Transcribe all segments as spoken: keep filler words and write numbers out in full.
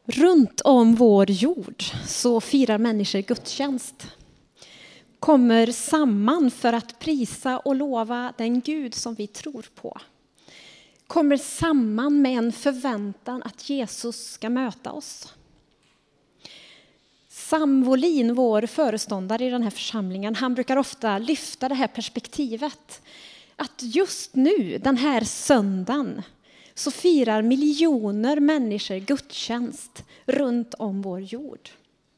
Runt om vår jord så firar människor gudstjänst. Kommer samman för att prisa och lova den Gud som vi tror på. Kommer samman med en förväntan att Jesus ska möta oss. Sam Wåhlin, vår föreståndare i den här församlingen, han brukar ofta lyfta det här perspektivet. Att just nu, den här söndagen, så firar miljoner människor gudstjänst runt om vår jord.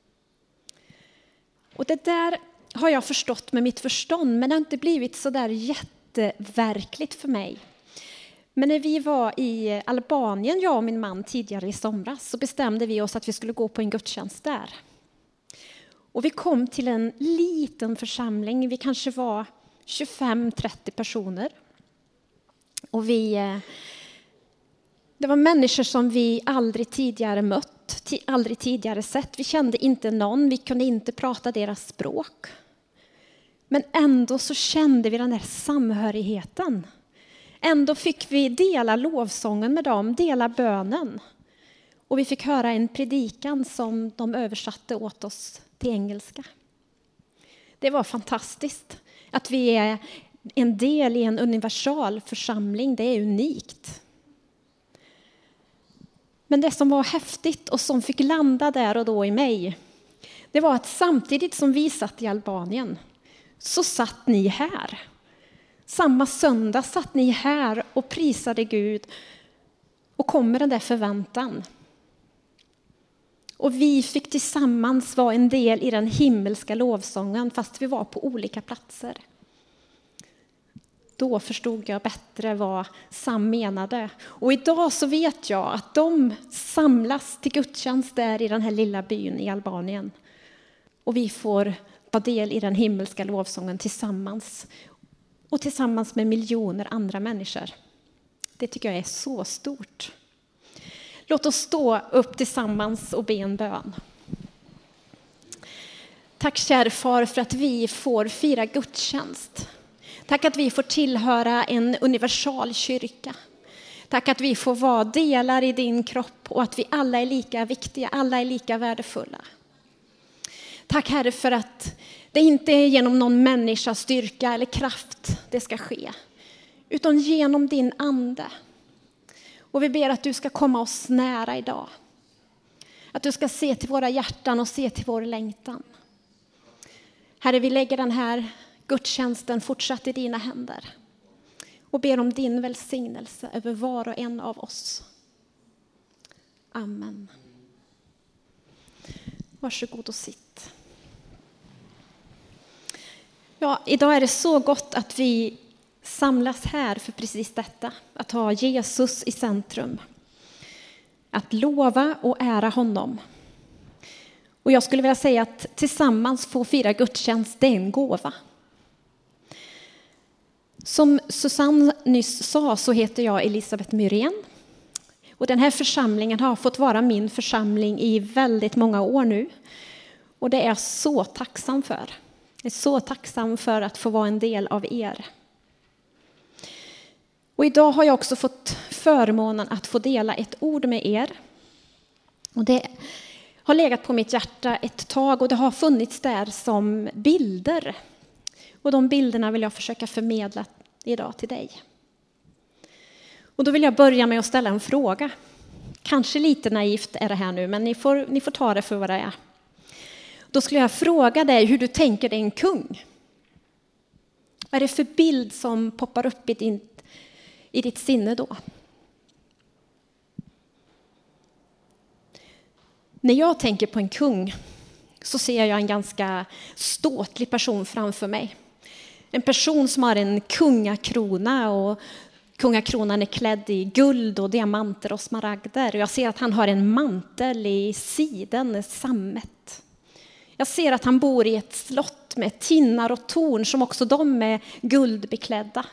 Och det där har jag förstått med mitt förstånd, men det har inte blivit så där jätteverkligt för mig. Men när vi var i Albanien, jag och min man, tidigare i somras, så bestämde vi oss att vi skulle gå på en gudstjänst där. Och vi kom till en liten församling, vi kanske var tjugofem trettio personer. Och vi... Det var människor som vi aldrig tidigare mött, aldrig tidigare sett. Vi kände inte någon, vi kunde inte prata deras språk. Men ändå så kände vi den här samhörigheten. Ändå fick vi dela lovsången med dem, dela bönen. Och vi fick höra en predikan som de översatte åt oss till engelska. Det var fantastiskt. Att vi är en del i en universal församling, det är unikt. Men det som var häftigt och som fick landa där och då i mig, det var att samtidigt som vi satt i Albanien så satt ni här. Samma söndag satt ni här och prisade Gud och kom med den där förväntan. Och vi fick tillsammans vara en del i den himmelska lovsången fast vi var på olika platser. Då förstod jag bättre vad Sam menade. Och idag så vet jag att de samlas till gudstjänst där i den här lilla byn i Albanien. Och vi får ta del i den himmelska lovsången tillsammans. Och tillsammans med miljoner andra människor. Det tycker jag är så stort. Låt oss stå upp tillsammans och be en bön. Tack kära far för att vi får fira gudstjänst. Tack att vi får tillhöra en universal kyrka. Tack att vi får vara delar i din kropp och att vi alla är lika viktiga, alla är lika värdefulla. Tack Herre för att det inte är genom någon människas styrka eller kraft det ska ske, utan genom din ande. Och vi ber att du ska komma oss nära idag. Att du ska se till våra hjärtan och se till vår längtan. Herre, vi lägger den här gudstjänsten fortsatt i dina händer. Och ber om din välsignelse över var och en av oss. Amen. Varsågod och sitt. Ja, idag är det så gott att vi samlas här för precis detta. Att ha Jesus i centrum. Att lova och ära honom. Och jag skulle vilja säga att tillsammans få fira gudstjänst, det är en gåva. Som Susanne nyss sa så heter jag Elisabeth Myrén. Och den här församlingen har fått vara min församling i väldigt många år nu. Och det är jag så tacksam för. Jag är så tacksam för att få vara en del av er. Och idag har jag också fått förmånen att få dela ett ord med er. Och det har legat på mitt hjärta ett tag och det har funnits där som bilder. Och de bilderna vill jag försöka förmedla idag till dig. Och då vill jag börja med att ställa en fråga. Kanske lite naivt är det här nu, men ni får, ni får ta det för vad det är. Då skulle jag fråga dig hur du tänker dig en kung. Vad är det för bild som poppar upp i, din, i ditt sinne då? När jag tänker på en kung så ser jag en ganska ståtlig person framför mig. En person som har en kungakrona och kungakronan är klädd i guld och diamanter och smaragder. Och jag ser att han har en mantel i siden, sammet. Jag ser att han bor i ett slott med tinnar och torn som också de är guldbeklädda.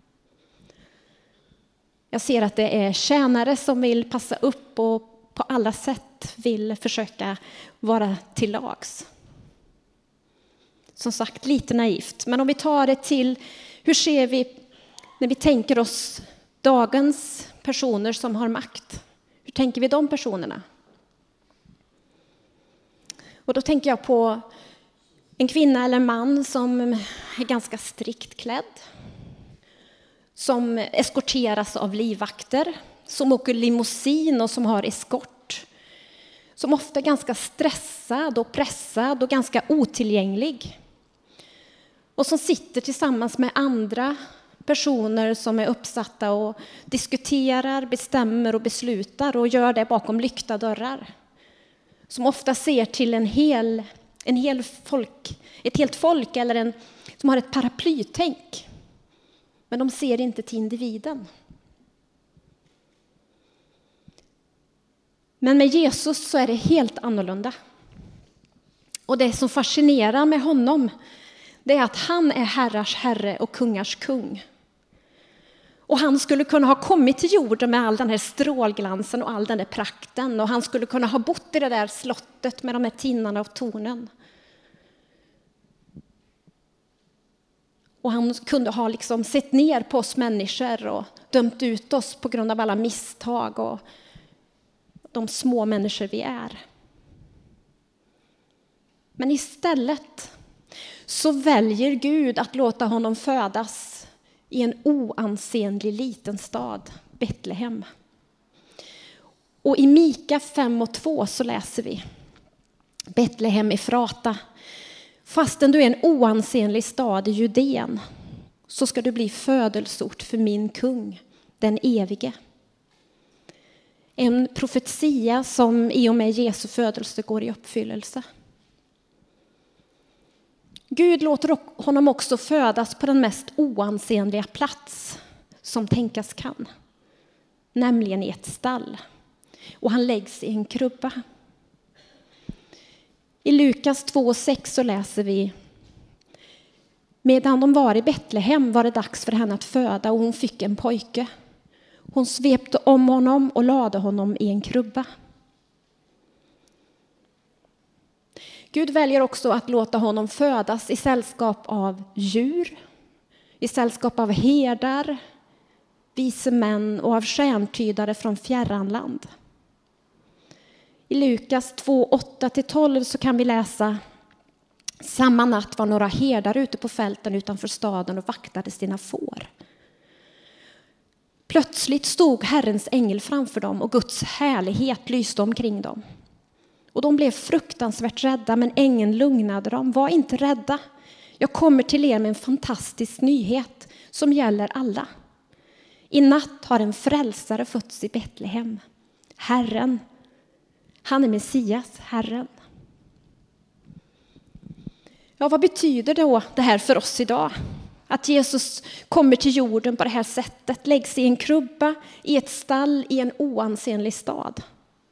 Jag ser att det är tjänare som vill passa upp och på alla sätt vill försöka vara till lags. Som sagt, lite naivt. Men om vi tar det till, hur ser vi när vi tänker oss dagens personer som har makt? Hur tänker vi de personerna? Och då tänker jag på en kvinna eller man som är ganska strikt klädd. Som eskorteras av livvakter. Som åker limousin och som har eskort. Som ofta är ganska stressad och pressad och ganska otillgänglig. Och som sitter tillsammans med andra personer som är uppsatta och diskuterar, bestämmer och beslutar och gör det bakom lyckta dörrar. Som ofta ser till en hel, en hel folk, ett helt folk eller en som har ett paraplytänk. Men de ser inte till individen. Men med Jesus så är det helt annorlunda. Och det som fascinerar med honom, det är att han är herrars herre och kungars kung. Och han skulle kunna ha kommit till jorden med all den här strålglansen och all den där prakten. Och han skulle kunna ha bott i det där slottet med de här tinnarna och tornen. Och han kunde ha liksom sett ner på oss människor och dömt ut oss på grund av alla misstag och de små människor vi är. Men istället så väljer Gud att låta honom födas i en oansenlig liten stad, Betlehem. Och i Mika fem och två så läser vi: Betlehem Efrata, fastän du är en oansenlig stad i Judén, så ska du bli födelsort för min kung, den evige. En profetia som i och med Jesu födelse går i uppfyllelse. Gud låter honom också födas på den mest oansenliga plats som tänkas kan. Nämligen i ett stall. Och han läggs i en krubba. I Lukas två och sex så läser vi: medan de var i Betlehem var det dags för henne att föda och hon fick en pojke. Hon svepte om honom och lade honom i en krubba. Gud väljer också att låta honom födas i sällskap av djur, i sällskap av herdar, vise män och av stjärntydare från fjärran land. I Lukas två, åtta till tolv så kan vi läsa: samma natt var några herdar ute på fälten utanför staden och vaktade sina får. Plötsligt stod Herrens ängel framför dem och Guds härlighet lyste omkring dem. Och de blev fruktansvärt rädda, men ängeln lugnade dem. Var inte rädda. Jag kommer till er med en fantastisk nyhet som gäller alla. I natt har en frälsare fötts i Betlehem. Herren, han är Messias, Herren. Ja, vad betyder då det här för oss idag? Att Jesus kommer till jorden på det här sättet, läggs i en krubba, i ett stall, i en oansenlig stad.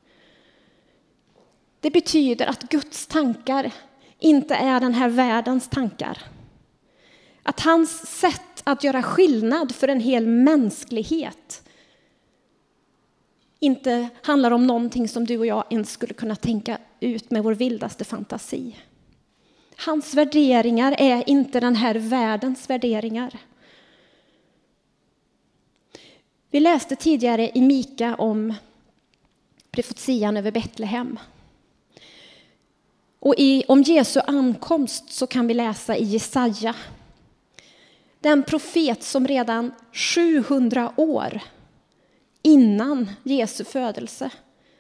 Det betyder att Guds tankar inte är den här världens tankar. Att hans sätt att göra skillnad för en hel mänsklighet inte handlar om någonting som du och jag ens skulle kunna tänka ut med vår vildaste fantasi. Hans värderingar är inte den här världens värderingar. Vi läste tidigare i Mika om profetian över Betlehem. Och i, om Jesu ankomst så kan vi läsa i Jesaja. Den profet som redan sjuhundra år innan Jesu födelse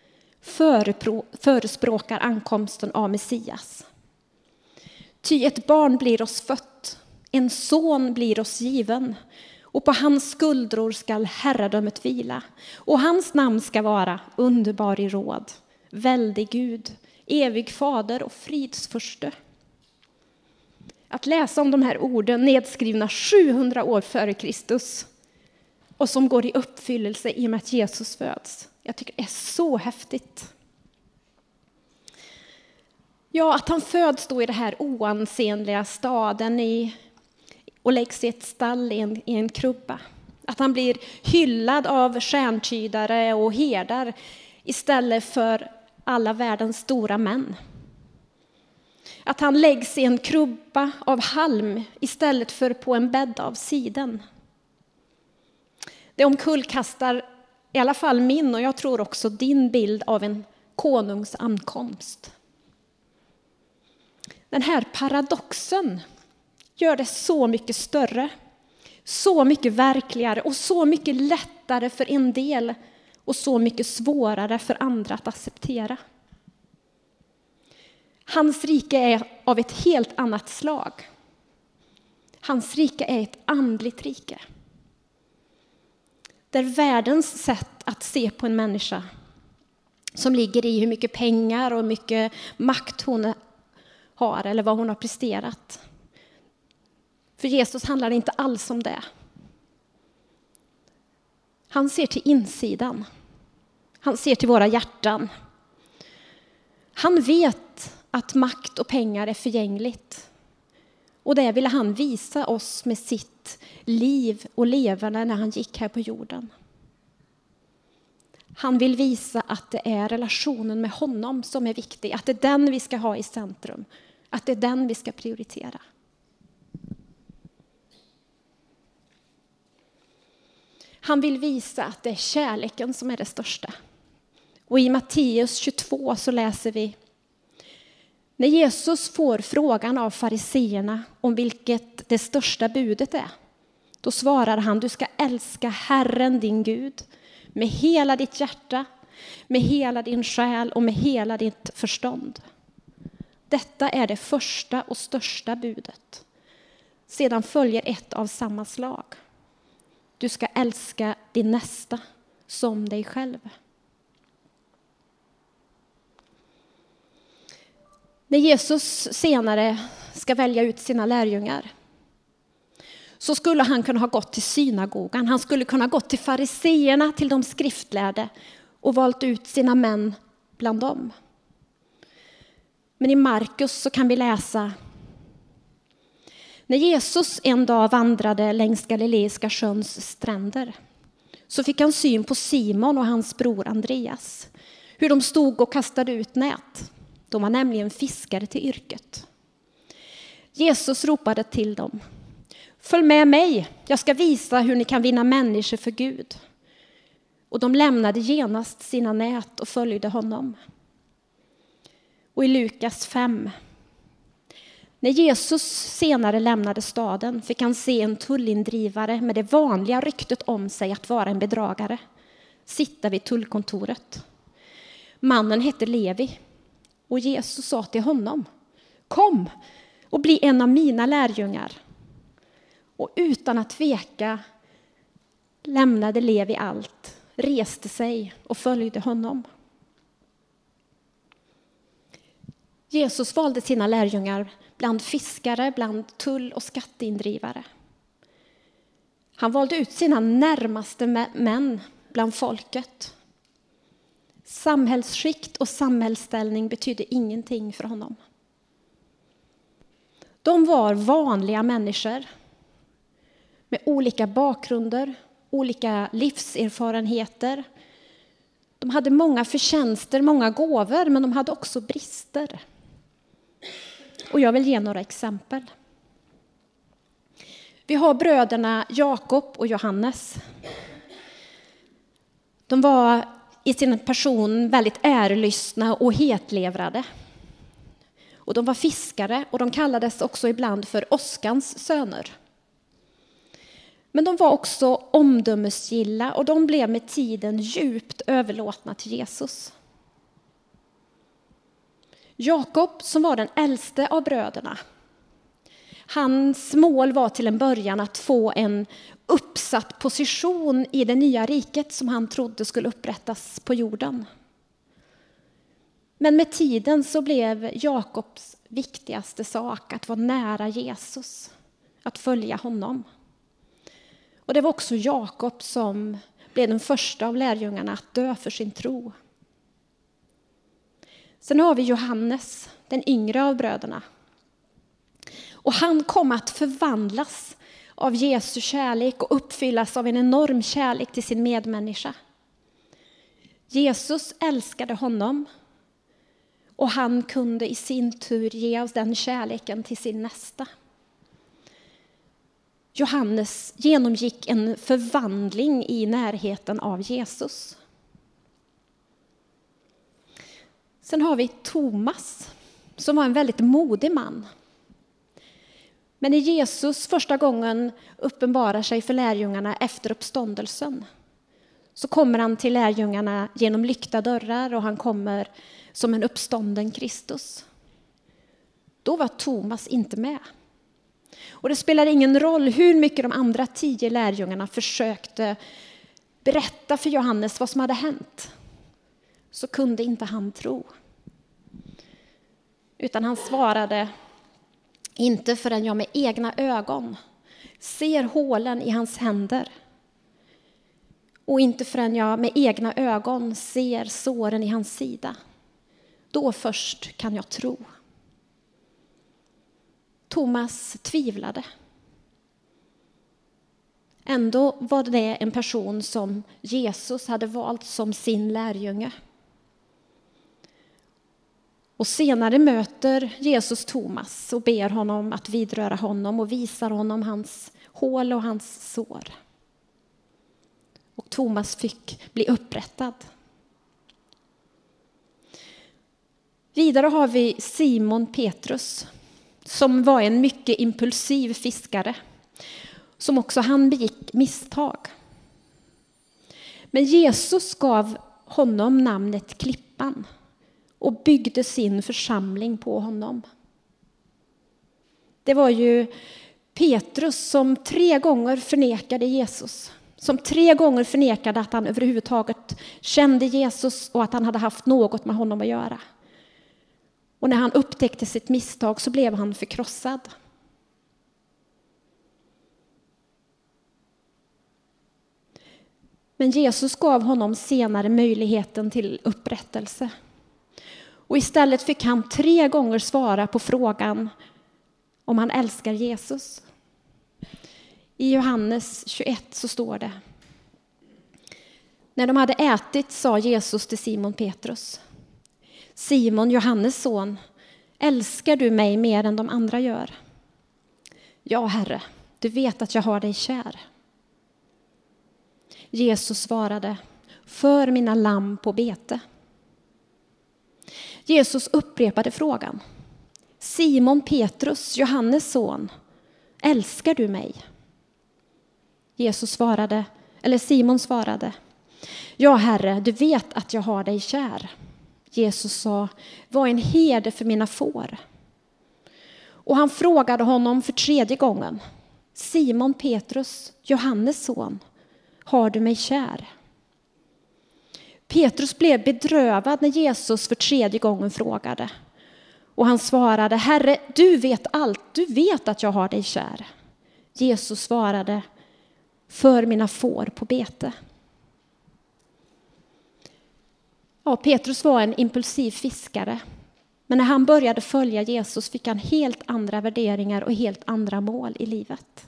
förespråkar ankomsten av Messias. Ty ett barn blir oss fött, en son blir oss given, och på hans skuldror skall herradömet vila. Och hans namn ska vara underbar i råd, väldig Gud, evig fader och fridsförste. Att läsa om de här orden nedskrivna sjuhundra år före Kristus och som går i uppfyllelse i och med att Jesus föds. Jag tycker det är så häftigt. Ja, att han föds då i det här oansenliga staden i, och läggs i ett stall i en, i en krubba. Att han blir hyllad av stjärntydare och herdar istället för alla världens stora män. Att han läggs i en krubba av halm istället för på en bädd av siden. Det omkullkastar i alla fall min och jag tror också din bild av en konungs ankomst. Den här paradoxen gör det så mycket större, så mycket verkligare och så mycket lättare för en del och så mycket svårare för andra att acceptera. Hans rike är av ett helt annat slag. Hans rike är ett andligt rike. Där världens sätt att se på en människa som ligger i hur mycket pengar och hur mycket makt hon har eller vad hon har presterat. För Jesus handlar det inte alls om det. Han ser till insidan. Han ser till våra hjärtan. Han vet att makt och pengar är förgängligt. Och det ville han visa oss med sitt liv och levande när han gick här på jorden. Han vill visa att det är relationen med honom som är viktig. Att det är den vi ska ha i centrum. Att det är den vi ska prioritera. Han vill visa att det är kärleken som är det största. Och i Matteus tjugotvå så läser vi: när Jesus får frågan av fariseerna om vilket det största budet är, då svarar han: du ska älska Herren din Gud med hela ditt hjärta, med hela din själ och med hela ditt förstånd. Detta är det första och största budet. Sedan följer ett av samma slag. Du ska älska din nästa som dig själv. När Jesus senare ska välja ut sina lärjungar så skulle han kunna ha gått till synagogan. Han skulle kunna ha gått till fariseerna, till de skriftlärde och valt ut sina män bland dem. Men i Markus så kan vi läsa: när Jesus en dag vandrade längs Galileiska sjöns stränder så fick han syn på Simon och hans bror Andreas. Hur de stod och kastade ut nät. De var nämligen fiskare till yrket. Jesus ropade till dem: följ med mig, jag ska visa hur ni kan vinna människor för Gud. Och de lämnade genast sina nät och följde honom. Och i Lukas fem: när Jesus senare lämnade staden fick han se en tullindrivare med det vanliga ryktet om sig att vara en bedragare sitta vid tullkontoret. Mannen hette Levi och Jesus sa till honom: kom och bli en av mina lärjungar. Och utan att tveka lämnade Levi allt, reste sig och följde honom. Jesus valde sina lärjungar bland fiskare, bland tull- och skatteindrivare. Han valde ut sina närmaste män bland folket. Samhällsskikt och samhällsställning betydde ingenting för honom. De var vanliga människor med olika bakgrunder, olika livserfarenheter. De hade många förtjänster, många gåvor, men de hade också brister. Och jag vill ge några exempel. Vi har bröderna Jakob och Johannes. De var i sin person väldigt ärelystna och hetlevrade. Och de var fiskare och de kallades också ibland för åskans söner. Men de var också omdömesgilla och de blev med tiden djupt överlåtna till Jesus. Jakob, som var den äldste av bröderna, hans mål var till en början att få en uppsatt position i det nya riket som han trodde skulle upprättas på jorden. Men med tiden så blev Jakobs viktigaste sak att vara nära Jesus, att följa honom. Och det var också Jakob som blev den första av lärjungarna att dö för sin tro. Sen har vi Johannes, den yngre av bröderna. Och han kom att förvandlas av Jesu kärlek och uppfyllas av en enorm kärlek till sin medmänniska. Jesus älskade honom och han kunde i sin tur ge oss den kärleken till sin nästa. Johannes genomgick en förvandling i närheten av Jesus. Sen har vi Thomas. som var en väldigt modig man. Men när Jesus första gången uppenbarar sig för lärjungarna efter uppståndelsen, så kommer han till lärjungarna genom lyckta dörrar och han kommer som en uppstånden Kristus. Då var Thomas inte med. Och det spelar ingen roll hur mycket de andra tio lärjungarna försökte berätta för Johannes vad som hade hänt. Så kunde inte han tro. Utan han svarade: inte förrän jag med egna ögon ser hålen i hans händer. Och inte förrän jag med egna ögon ser såren i hans sida. Då först kan jag tro. Thomas tvivlade. Ändå var det en person som Jesus hade valt som sin lärjunge. Och senare möter Jesus Thomas och ber honom att vidröra honom och visar honom hans hål och hans sår. Och Thomas fick bli upprättad. Vidare har vi Simon Petrus, som var en mycket impulsiv fiskare, som också han begick misstag. Men Jesus gav honom namnet Klippan och byggde sin församling på honom. Det var ju Petrus som tre gånger förnekade Jesus. Som tre gånger förnekade att han överhuvudtaget kände Jesus och att han hade haft något med honom att göra. Och när han upptäckte sitt misstag så blev han förkrossad. Men Jesus gav honom senare möjligheten till upprättelse. Och istället fick han tre gånger svara på frågan om han älskar Jesus. I Johannes tjugoett så står det: när de hade ätit sa Jesus till Simon Petrus: Simon, Johannes son, älskar du mig mer än de andra gör? Ja, Herre, du vet att jag har dig kär. Jesus svarade: för mina lamm på bete. Jesus upprepade frågan: Simon Petrus, Johannes son, älskar du mig? Jesus svarade, eller Simon svarade: ja, Herre, du vet att jag har dig kär. Jesus sa: var en herde för mina får. Och han frågade honom för tredje gången: Simon Petrus, Johannes son, har du mig kär? Petrus blev bedrövad när Jesus för tredje gången frågade. Och han svarade: Herre, du vet allt, du vet att jag har dig kär. Jesus svarade: för mina får på bete. Ja, Petrus var en impulsiv fiskare. Men när han började följa Jesus fick han helt andra värderingar och helt andra mål i livet.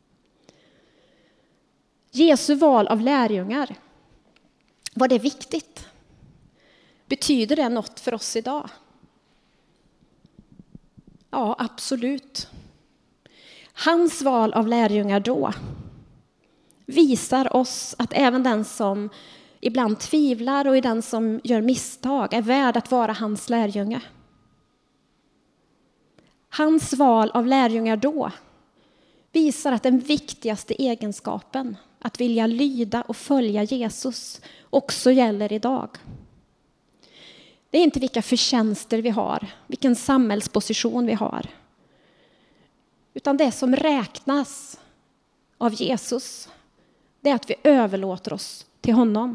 Jesu val av lärjungar, var det viktigt? Betyder det något för oss idag? Ja, absolut. Hans val av lärjungar då visar oss att även den som ibland tvivlar och den som gör misstag är värd att vara hans lärjunge. Hans val av lärjungar då visar att den viktigaste egenskapen, att vilja lyda och följa Jesus, också gäller idag. Det är inte vilka förtjänster vi har, vilken samhällsposition vi har. Utan det som räknas av Jesus, det är att vi överlåter oss till honom.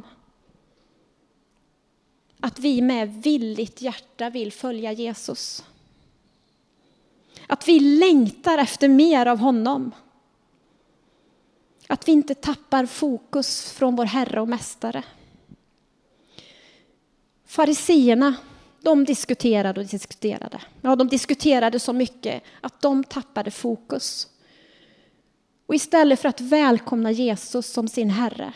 Att vi med villigt hjärta vill följa Jesus. Att vi längtar efter mer av honom. Att vi inte tappar fokus från vår Herre och Mästare. Fariseerna, de diskuterade och diskuterade. Ja, de diskuterade så mycket att de tappade fokus. Och istället för att välkomna Jesus som sin Herre,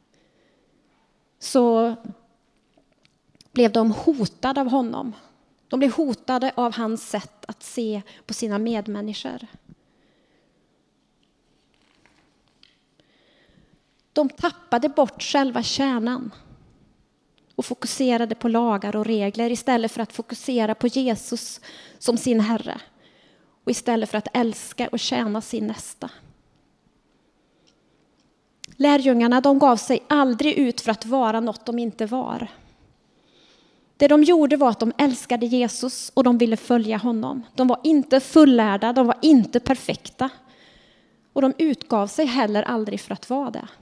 så blev de hotade av honom. De blev hotade av hans sätt att se på sina medmänniskor. De tappade bort själva kärnan. och fokuserade på lagar och regler istället för att fokusera på Jesus som sin Herre och istället för att älska och tjäna sin nästa. Lärjungarna, de gav sig aldrig ut för att vara något de inte var. Det de gjorde var att de älskade Jesus och de ville följa honom. De var inte fullärda, de var inte perfekta. Och de utgav sig heller aldrig för att vara det.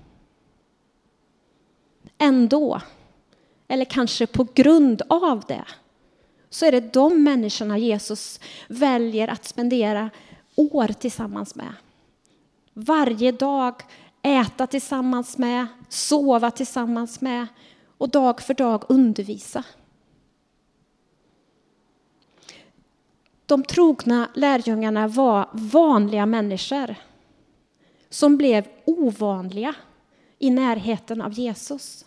Ändå, eller kanske på grund av det, så är det de människorna Jesus väljer att spendera år tillsammans med. Varje dag äta tillsammans med, sova tillsammans med och dag för dag undervisa. De trogna lärjungarna var vanliga människor som blev ovanliga i närheten av Jesus.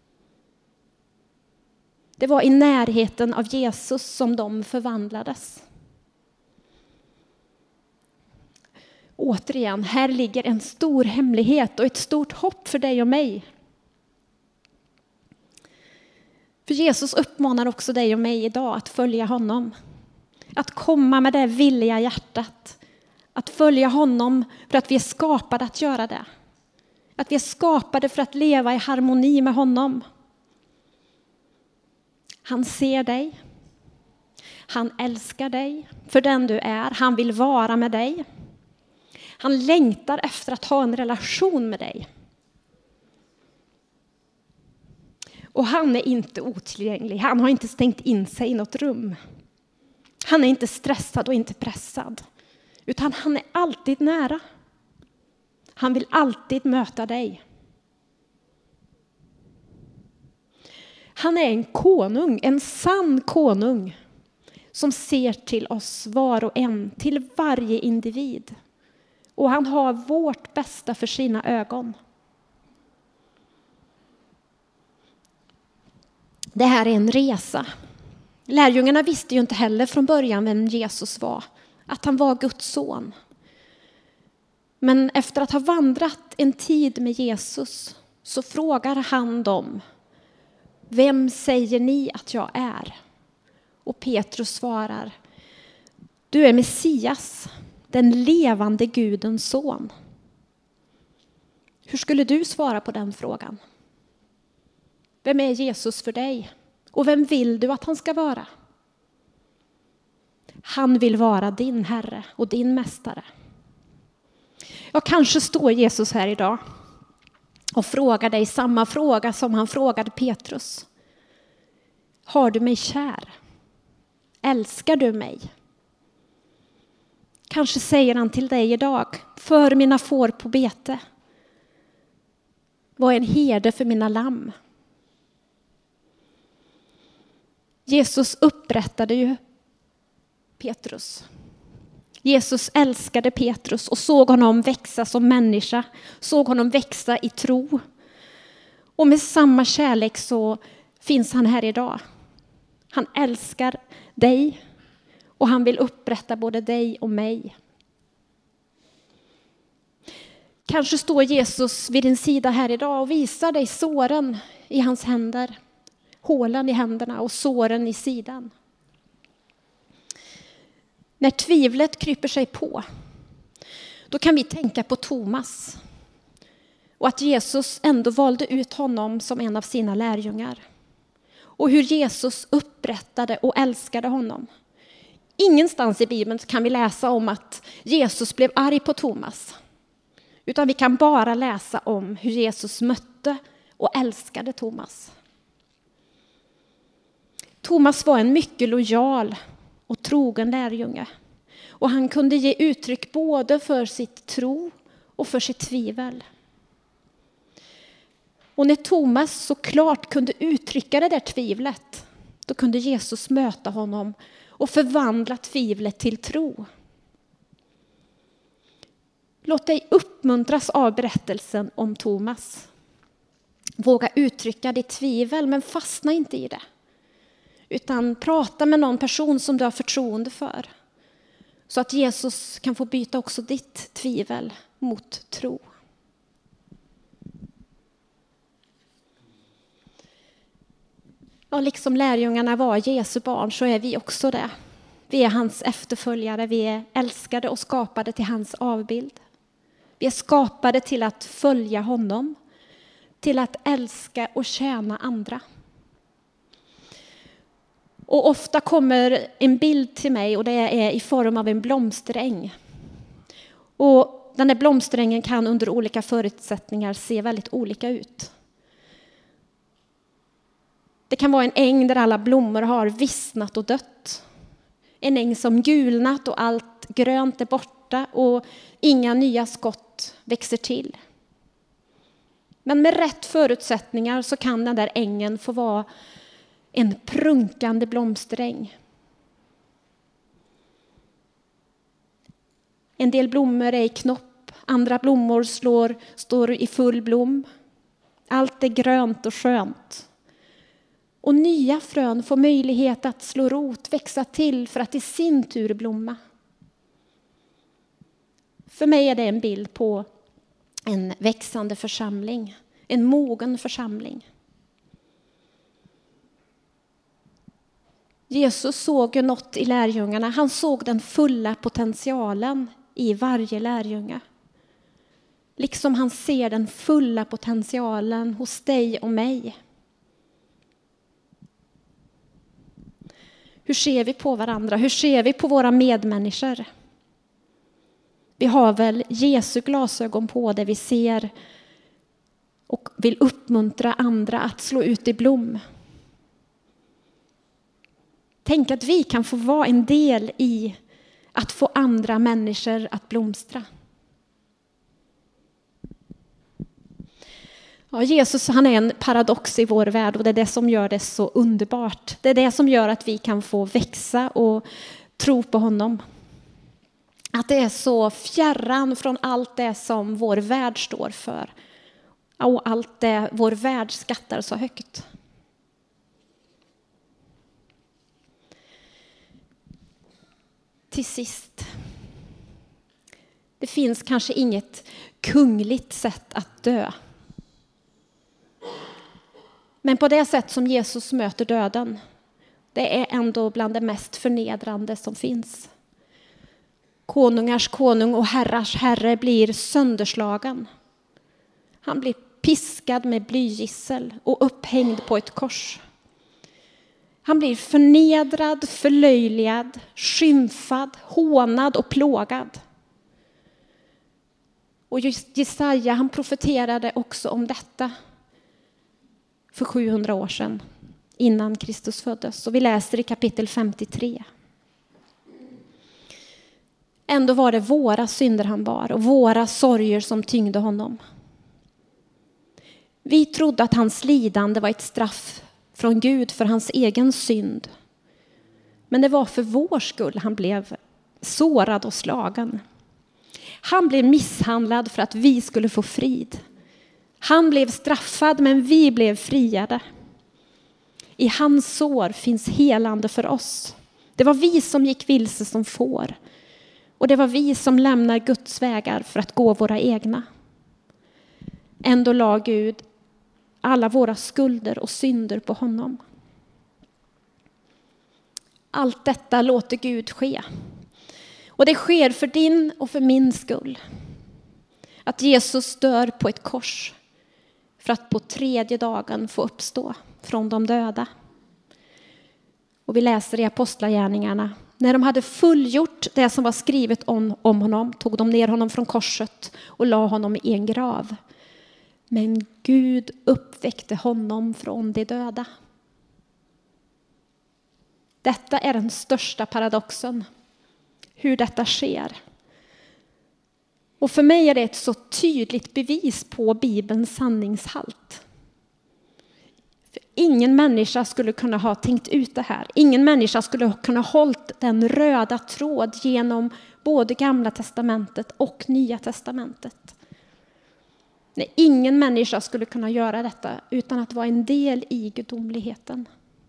Det var i närheten av Jesus som de förvandlades. Återigen, här ligger en stor hemlighet och ett stort hopp för dig och mig. För Jesus uppmanar också dig och mig idag att följa honom. Att komma med det villiga hjärtat. Att följa honom för att vi är skapade att göra det. Att vi är skapade för att leva i harmoni med honom. Han ser dig. Han älskar dig för den du är. Han vill vara med dig. Han längtar efter att ha en relation med dig. Och han är inte otillgänglig. Han har inte stängt in sig i något rum. Han är inte stressad och inte pressad. Utan han är alltid nära. Han vill alltid möta dig. Han är en konung, en sann konung. Som ser till oss var och en, till varje individ. Och han har vårt bästa för sina ögon. Det här är en resa. Lärjungarna visste ju inte heller från början vem Jesus var. Att han var Guds son. Men efter att ha vandrat en tid med Jesus så frågar han dem: vem säger ni att jag är? Och Petrus svarar: du är Messias, den levande Gudens son. Hur skulle du svara på den frågan? Vem är Jesus för dig? Och vem vill du att han ska vara? Han vill vara din Herre och din mästare. Ja, kanske står Jesus här idag och frågar dig samma fråga som han frågade Petrus. Har du mig kär? Älskar du mig? Kanske säger han till dig idag: för mina får på bete. Var en herde för mina lamm. Jesus upprättade ju Petrus. Jesus älskade Petrus och såg honom växa som människa. Såg honom växa i tro. Och med samma kärlek så finns han här idag. Han älskar dig och han vill upprätta både dig och mig. Kanske står Jesus vid din sida här idag och visar dig såren i hans händer. Hålen i händerna och såren i sidan. När tvivlet kryper sig på, då kan vi tänka på Thomas. Och att Jesus ändå valde ut honom som en av sina lärjungar. Och hur Jesus upprättade och älskade honom. Ingenstans i Bibeln kan vi läsa om att Jesus blev arg på Thomas. Utan vi kan bara läsa om hur Jesus mötte och älskade Thomas. Thomas var en mycket lojal och trogen lärjunge. Och han kunde ge uttryck både för sitt tro och för sitt tvivel. Och när Thomas så klart kunde uttrycka det där tvivlet, då kunde Jesus möta honom och förvandla tvivlet till tro. Låt dig uppmuntras av berättelsen om Thomas. Våga uttrycka ditt tvivel, men fastna inte i det. Utan prata med någon person som du har förtroende för. Så att Jesus kan få byta också ditt tvivel mot tro. Ja, liksom lärjungarna var Jesu barn så är vi också det. Vi är hans efterföljare, vi är älskade och skapade till hans avbild. Vi är skapade till att följa honom, till att älska och tjäna andra. Och ofta kommer en bild till mig och det är i form av en blomsteräng. Och den här blomsterängen kan under olika förutsättningar se väldigt olika ut. Det kan vara en äng där alla blommor har vissnat och dött. En äng som gulnat och allt grönt är borta och inga nya skott växer till. Men med rätt förutsättningar så kan den där ängen få vara en prunkande blomsteräng. En del blommor är i knopp, andra blommor slår, står i full blom. Allt är grönt och skönt. Och nya frön får möjlighet att slå rot, växa till för att i sin tur blomma. För mig är det en bild på en växande församling, en mogen församling. Jesus såg ju något i lärjungarna. Han såg den fulla potentialen i varje lärjunge. Liksom han ser den fulla potentialen hos dig och mig. Hur ser vi på varandra? Hur ser vi på våra medmänniskor? Vi har väl Jesu glasögon på det vi ser och vill uppmuntra andra att slå ut i blom. Tänk att vi kan få vara en del i att få andra människor att blomstra. Ja, Jesus, han är en paradox i vår värld och det är det som gör det så underbart. Det är det som gör att vi kan få växa och tro på honom. Att det är så fjärran från allt det som vår värld står för. Och allt det vår värld skattar så högt. Till sist. Det finns kanske inget kungligt sätt att dö. Men på det sätt som Jesus möter döden, det är ändå bland det mest förnedrande som finns. Konungars konung och herrars herre blir sönderslagen. Han blir piskad med blygissel och upphängd på ett kors. Han blir förnedrad, förlöjligad, skymfad, hånad och plågad. Och Jesaja, han profeterade också om detta för sjuhundra år sedan, innan Kristus föddes. Och vi läser i kapitel femtiotre. Ändå var det våra synder han bar och våra sorger som tyngde honom. Vi trodde att hans lidande var ett straff från Gud för hans egen synd. Men det var för vår skull han blev sårad och slagen. Han blev misshandlad för att vi skulle få frid. Han blev straffad men vi blev friade. I hans sår finns helande för oss. Det var vi som gick vilse som får. Och det var vi som lämnar Guds vägar för att gå våra egna. Ändå la Gud alla våra skulder och synder på honom. Allt detta låter Gud ske. Och det sker för din och för min skull. Att Jesus dör på ett kors för att på tredje dagen få uppstå från de döda. Och vi läser i Apostlagärningarna. När de hade fullgjort det som var skrivet om, om honom tog de ner honom från korset och la honom i en grav. Men Gud uppväckte honom från de döda. Detta är den största paradoxen. Hur detta sker. Och för mig är det ett så tydligt bevis på Bibelns sanningshalt. För ingen människa skulle kunna ha tänkt ut det här. Ingen människa skulle kunna ha hållit den röda tråd genom både Gamla testamentet och Nya testamentet. Nej, ingen människa skulle kunna göra detta utan att vara en del i gudomligheten.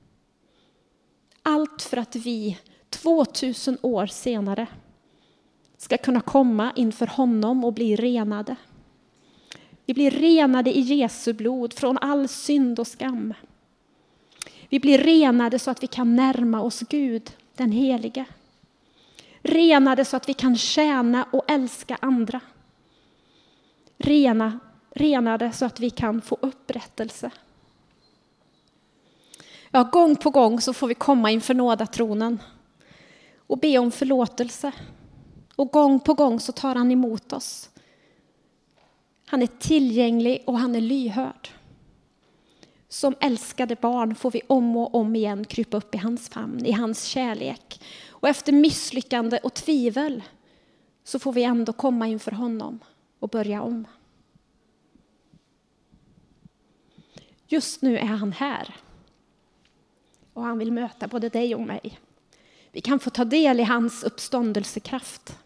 Allt för att vi tvåtusen år senare ska kunna komma inför honom och bli renade. Vi blir renade i Jesu blod från all synd och skam. Vi blir renade så att vi kan närma oss Gud, den helige. Renade så att vi kan tjäna och älska andra. Rena, renade så att vi kan få upprättelse. Ja, gång på gång så får vi komma inför nådatronen och be om förlåtelse. Och gång på gång så tar han emot oss. Han är tillgänglig och han är lyhörd. Som älskade barn får vi om och om igen krypa upp i hans famn, i hans kärlek. Och efter misslyckande och tvivel så får vi ändå komma inför honom och börja om. Just nu är han här. Och han vill möta både dig och mig. Vi kan få ta del i hans uppståndelsekraft.